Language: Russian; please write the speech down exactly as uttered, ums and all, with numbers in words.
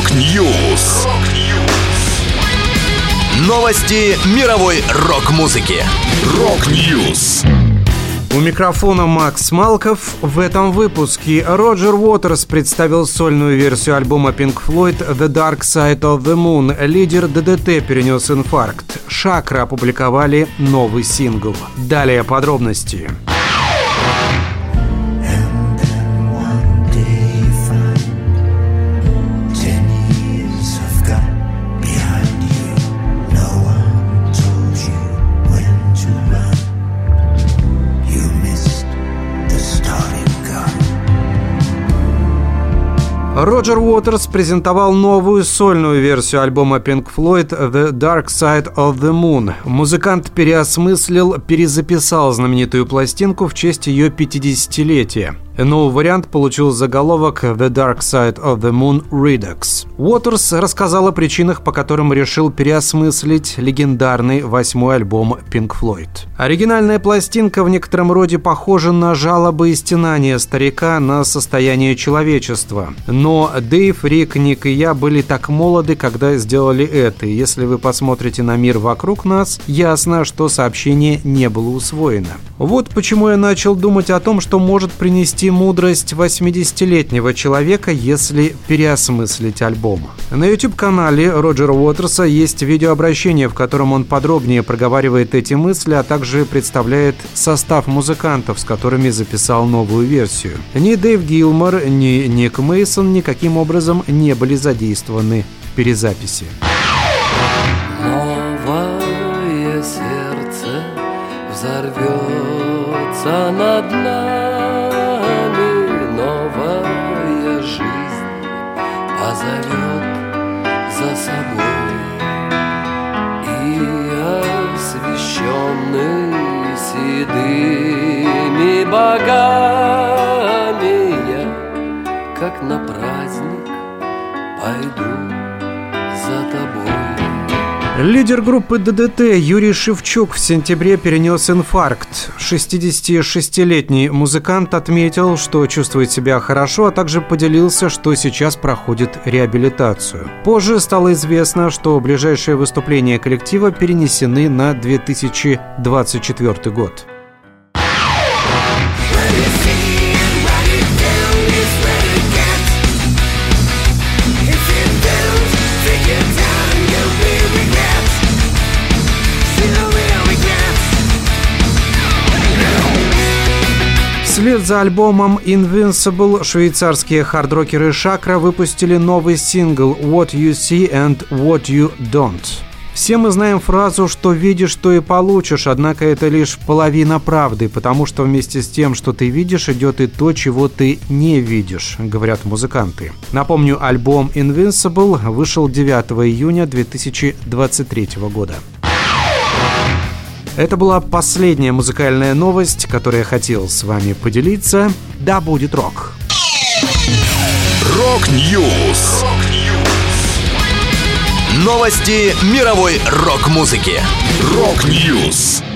Рок-Ньюс. Новости мировой рок-музыки. Рок-Ньюс. У микрофона Макс Малков. В этом выпуске Роджер Уотерс представил сольную версию альбома Pink Floyd «The Dark Side of the Moon». Лидер ДДТ перенес инфаркт. Шакра опубликовали новый сингл. Далее подробности. Роджер Уотерс презентовал новую сольную версию альбома Pink Floyd «The Dark Side of the Moon». Музыкант переосмыслил, перезаписал знаменитую пластинку в честь ее пятидесятилетия. Новый вариант получил заголовок «The Dark Side of the Moon Redux». Уотерс рассказал о причинах, по которым решил переосмыслить легендарный восьмой альбом Pink Floyd. Оригинальная пластинка в некотором роде похожа на жалобы и стенания старика на состояние человечества. Но Дэйв, Рик, Ник и я были так молоды, когда сделали это. И если вы посмотрите на мир вокруг нас, ясно, что сообщение не было усвоено. Вот почему я начал думать о том, что может принести мудрость восьмидесятилетнего человека, если переосмыслить альбом. На YouTube-канале Роджера Уотерса есть видеообращение, в котором он подробнее проговаривает эти мысли, а также представляет состав музыкантов, с которыми записал новую версию. Ни Дэйв Гилмор, ни Ник Мейсон никаким образом не были задействованы в перезаписи. Новое сердце взорвется над нами, новая жизнь позовет за собой, и освещенный седыми богами я, как на праздник, пойду за тобой. Лидер группы ДДТ Юрий Шевчук в сентябре перенес инфаркт. шестидесятишестилетний музыкант отметил, что чувствует себя хорошо, а также поделился, что сейчас проходит реабилитацию. Позже стало известно, что ближайшие выступления коллектива перенесены на две тысячи двадцать четвёртый год. Вслед за альбомом Invincible швейцарские хардрокеры Шакра выпустили новый сингл «What You See and What You Don't». Все мы знаем фразу «что видишь, то и получишь», однако это лишь половина правды, потому что вместе с тем, что ты видишь, идет и то, чего ты не видишь, говорят музыканты. Напомню, альбом Invincible вышел девятого июня две тысячи двадцать третьего года. Это была последняя музыкальная новость, которую я хотел с вами поделиться. Да будет рок! Рок-Ньюс. Новости мировой рок-музыки. Рок-Ньюс.